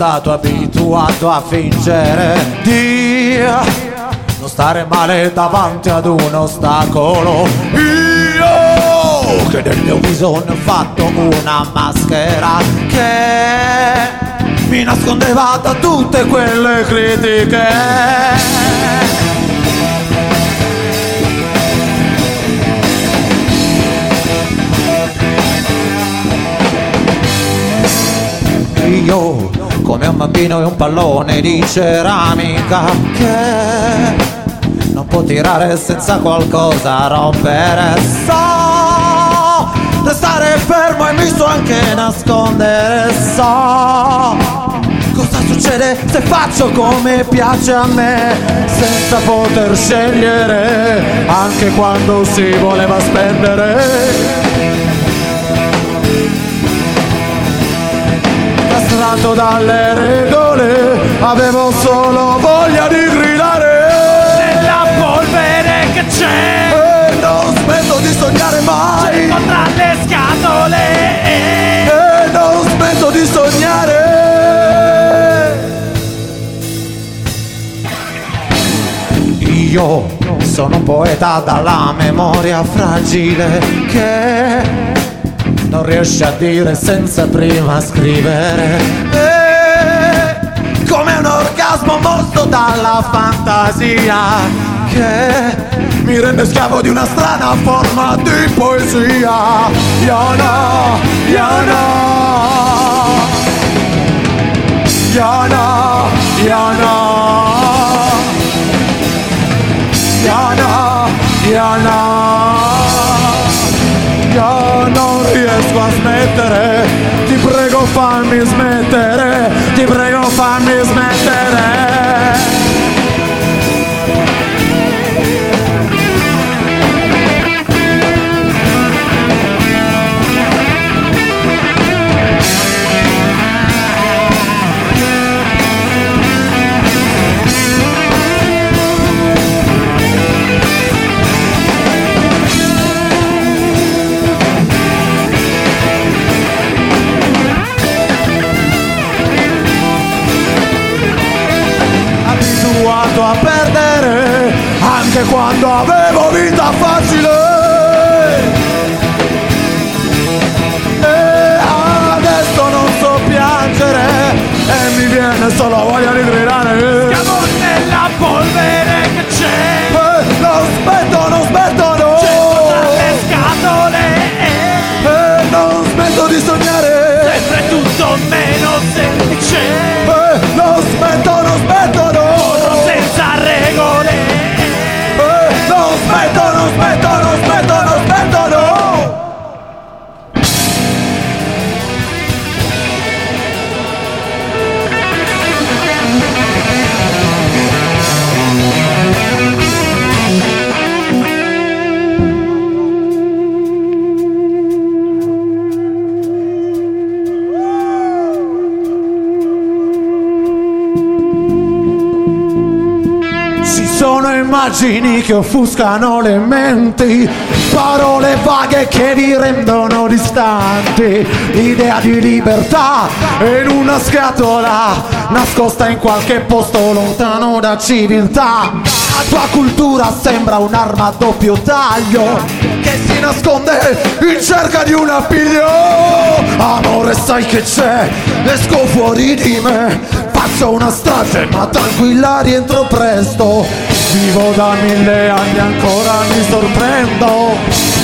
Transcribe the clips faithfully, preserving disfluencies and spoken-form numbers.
stato abituato a fingere di non stare male davanti ad un ostacolo. Io che del mio bisogno ho fatto una maschera che mi nascondeva da tutte quelle critiche. Io come un bambino e un pallone di ceramica che non può tirare senza qualcosa rompere. So restare fermo e mi so anche nascondere. So cosa succede se faccio come piace a me, senza poter scegliere anche quando si voleva spendere. Castrato dalle regole, avevo solo voglia di gridare. Nella polvere che c'è E non smetto di sognare mai. tra le scatole E non smetto di sognare. Io sono un poeta dalla memoria fragile che non riesce a dire senza prima scrivere. E come un orgasmo mosso dalla fantasia che mi rende schiavo di una strana forma di poesia. Yana, Yana, Yana, Yana, Yana, Yana. Io non riesco a smettere, ti prego fammi smettere, ti prego fammi smettere. A perdere anche quando avevo vita facile. E adesso non so piangere e mi viene solo voglia di gridare. Siamo nella polvere che c'è E non smetto, non smetto, no. tra le scatole E non smetto di sognare. sempre tutto meno semplice. E non smetto, non smetto, no. Senza regole E non smetto, non smetto, non smetto, non smetto, no. Sono immagini che offuscano le menti, parole vaghe che vi rendono distanti, idea di libertà in una scatola nascosta in qualche posto lontano da civiltà. La tua cultura sembra un'arma a doppio taglio che si nasconde in cerca di un appiglio. Amore, sai che c'è, esco fuori di me, faccio una strage ma tranquilla rientro presto. Vivo da mille anni ancora mi sorprendo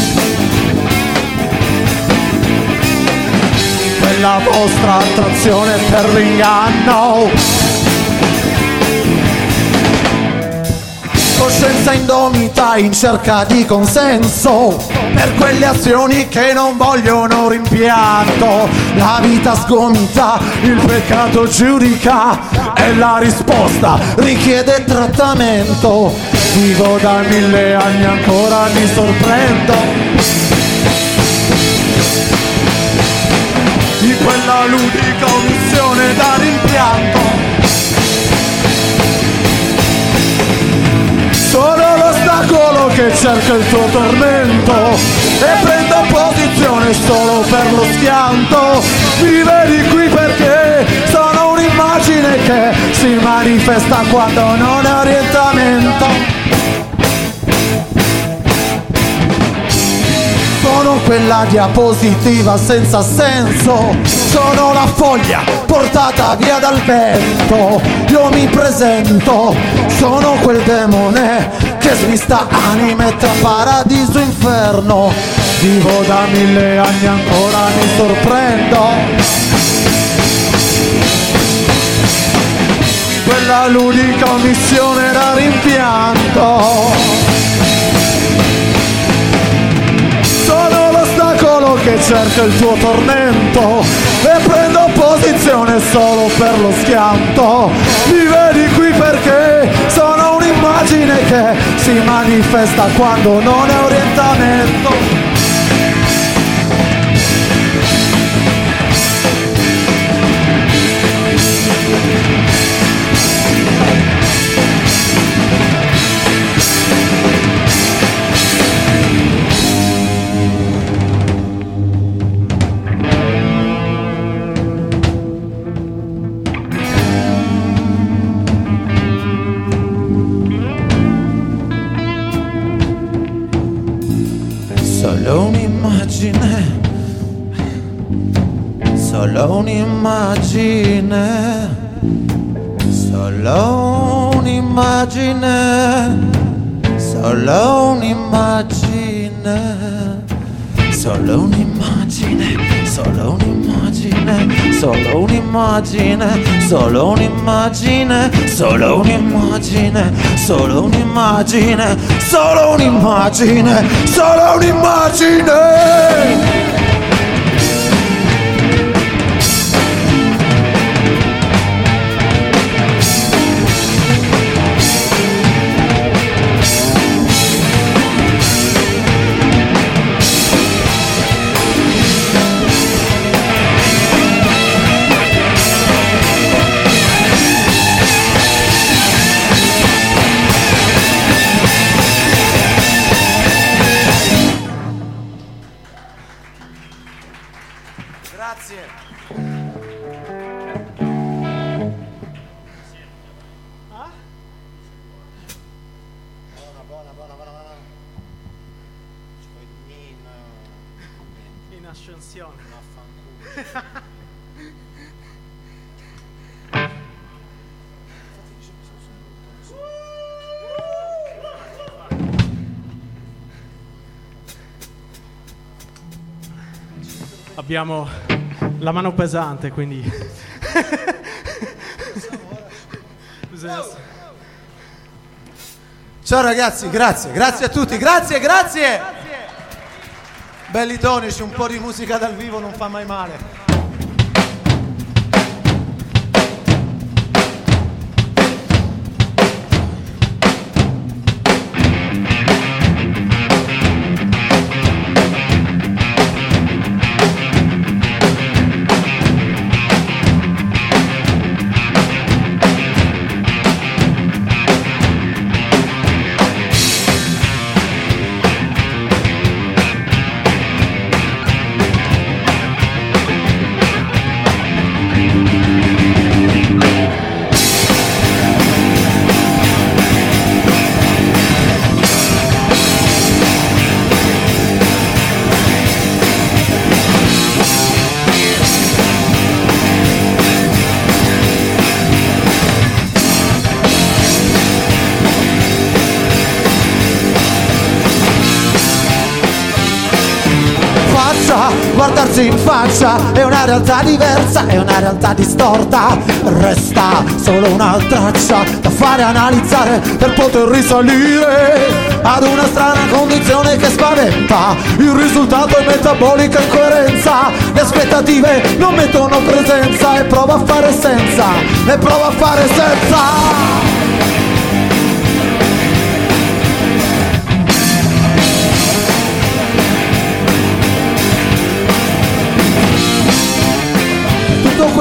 quella vostra attrazione per l'inganno. Coscienza indomita in cerca di consenso per quelle azioni che non vogliono rimpianto. La vita sgomita, il peccato giudica e la risposta richiede trattamento. Vivo da mille anni ancora mi sorprendo di quella ludica omissione da rimpianto. Sono l'ostacolo che cerca il tuo tormento e prendo posizione solo per lo schianto. Mi vedi qui perché sono un un'immagine che si manifesta quando non è orientamento. Sono quella diapositiva senza senso, sono la foglia portata via dal vento. Io mi presento, sono quel demone che smista anime tra paradiso e inferno. Vivo da mille anni ancora mi sorprendo. Quella l'unica missione era rimpianto. Sono l'ostacolo che cerca il tuo tormento e prendo posizione solo per lo schianto. Mi vedi qui perché sono un'immagine che si manifesta quando non è orientamento. Solo un'immagine, solo un'immagine, solo un'immagine, solo un'immagine, solo un'immagine, solo un'immagine, solo un'immagine, solo un'immagine, solo un'immagine, solo un'immagine, solo un'immagine, solo un'immagine. Abbiamo la mano pesante, quindi ciao ragazzi, grazie, grazie a tutti, grazie, grazie. Belli tonici, un po' di musica dal vivo non fa mai male. Guardarsi in faccia è una realtà diversa, è una realtà distorta. Resta solo una traccia da fare analizzare per poter risalire ad una strana condizione che spaventa. Il risultato è metabolica incoerenza. Le aspettative non mettono presenza e prova a fare senza, e prova a fare senza.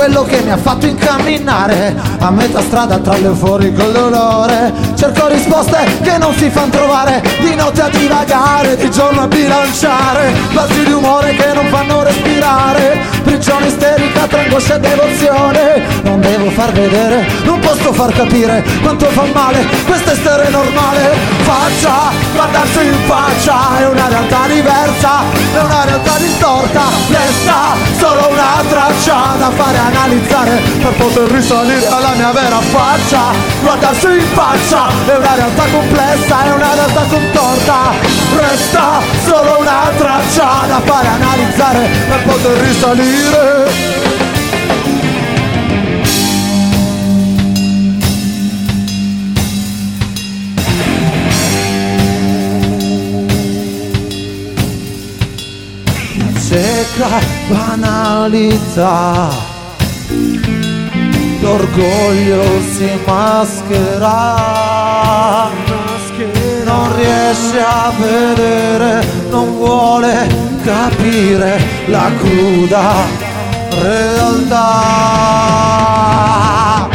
quello che mi ha fatto incamminare a metà strada tra l'euforico e il dolore. Cerco risposte che non si fanno trovare, di notte a divagare, di giorno a bilanciare, balzi di umore che non fanno respirare, prigione isterica tra angoscia e devozione. Non devo far vedere, non posso far capire quanto fa male questo essere normale. Faccia, guardarsi in faccia è una realtà diversa, è una realtà distorta, resta solo una traccia da fare analizzare per poter risalire alla mia vera faccia. Guardarsi in faccia è una realtà complessa, è una realtà contorta, resta solo una traccia da fare analizzare per poter risalire. Cieca banalità, l'orgoglio si maschera, non riesce a vedere, non vuole capire la cruda realtà.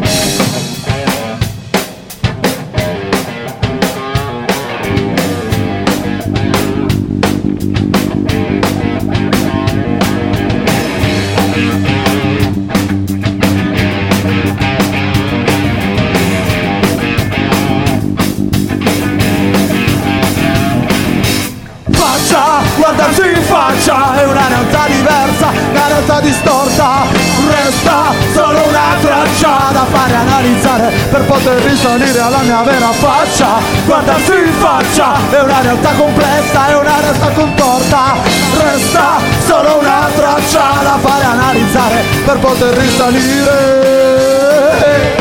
Guardarsi in faccia è una realtà diversa, una realtà distorta, resta solo una traccia da fare analizzare per poter risalire alla mia vera faccia. Guardarsi in faccia è una realtà complessa, è una realtà contorta, resta solo una traccia da fare analizzare per poter risalire.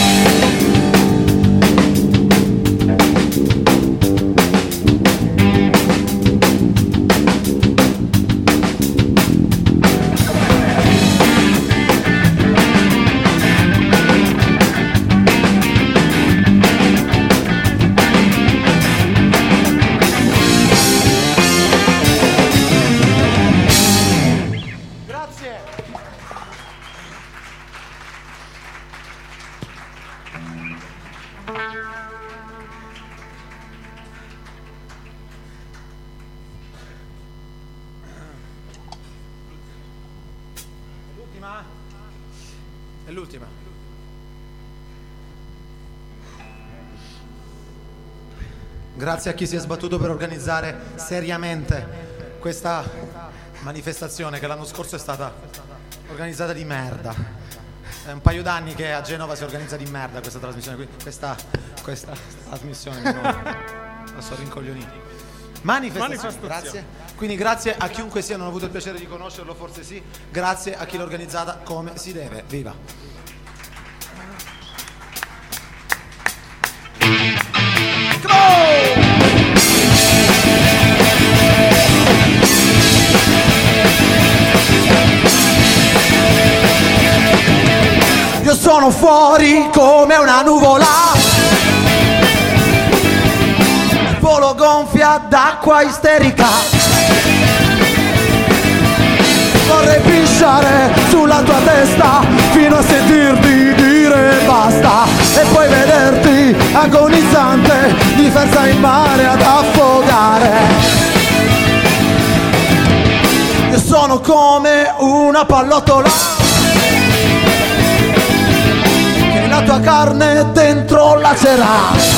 È l'ultima. Grazie a chi si è sbattuto per organizzare seriamente questa manifestazione che l'anno scorso è stata organizzata di merda. È un paio d'anni che a Genova si organizza di merda questa trasmissione qui, questa, questa trasmissione che non la so rincoglioniti. Manifestazione, Manifestazione, grazie. Quindi grazie a chiunque sia, non ho avuto il piacere di conoscerlo, forse sì. Grazie a chi l'ha organizzata come si deve. Viva! Come on! Io sono fuori come una nuvola, volo gonfia d'acqua isterica, vorrei pisciare sulla tua testa fino a sentirti dire basta e poi vederti agonizzante difesa in mare ad affogare. Io sono come una pallottola che la tua carne dentro lacerà,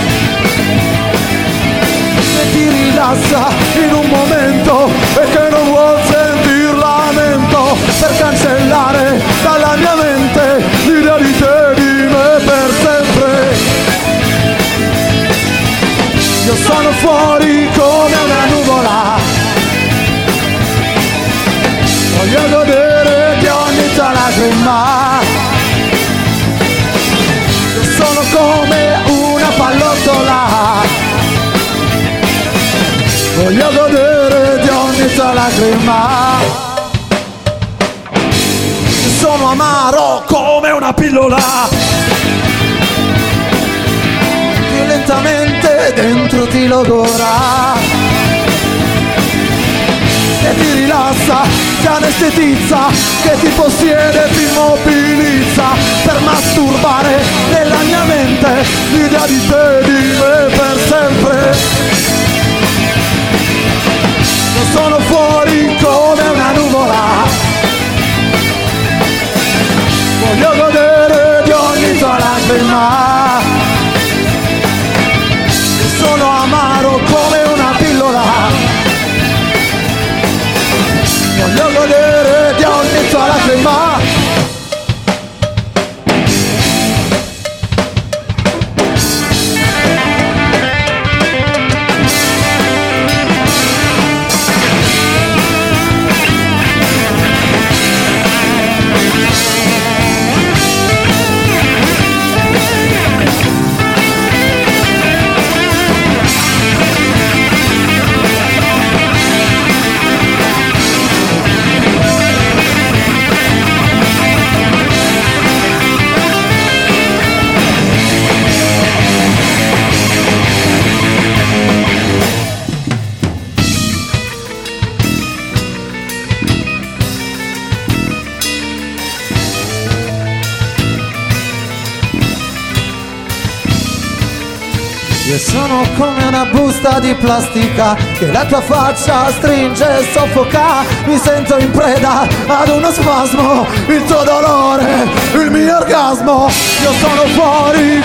ti rilassa in un momento e che non vuol sentir lamento per cancellare dalla mia mente l'idea di te, di me per sempre. Io sono fuori come una nuvola, voglio godere di ogni tua lacrima. Io sono come una pallottola, voglio godere di ogni tua lacrima. Sono amaro come una pillola, che lentamente dentro ti logora e ti rilassa ti anestetizza, che ti possiede e ti immobilizza, per masturbare nella mia mente l'idea di te, di me per sempre. Io sono fuori come una nuvola, voglio godere di ogni tua lacrima. Io sono amaro come una pillola, voglio godere di ogni tua lacrima. Io sono come una busta di plastica che la tua faccia stringe e soffoca. Mi sento in preda ad uno spasmo, il tuo dolore, il mio orgasmo. Io sono fuori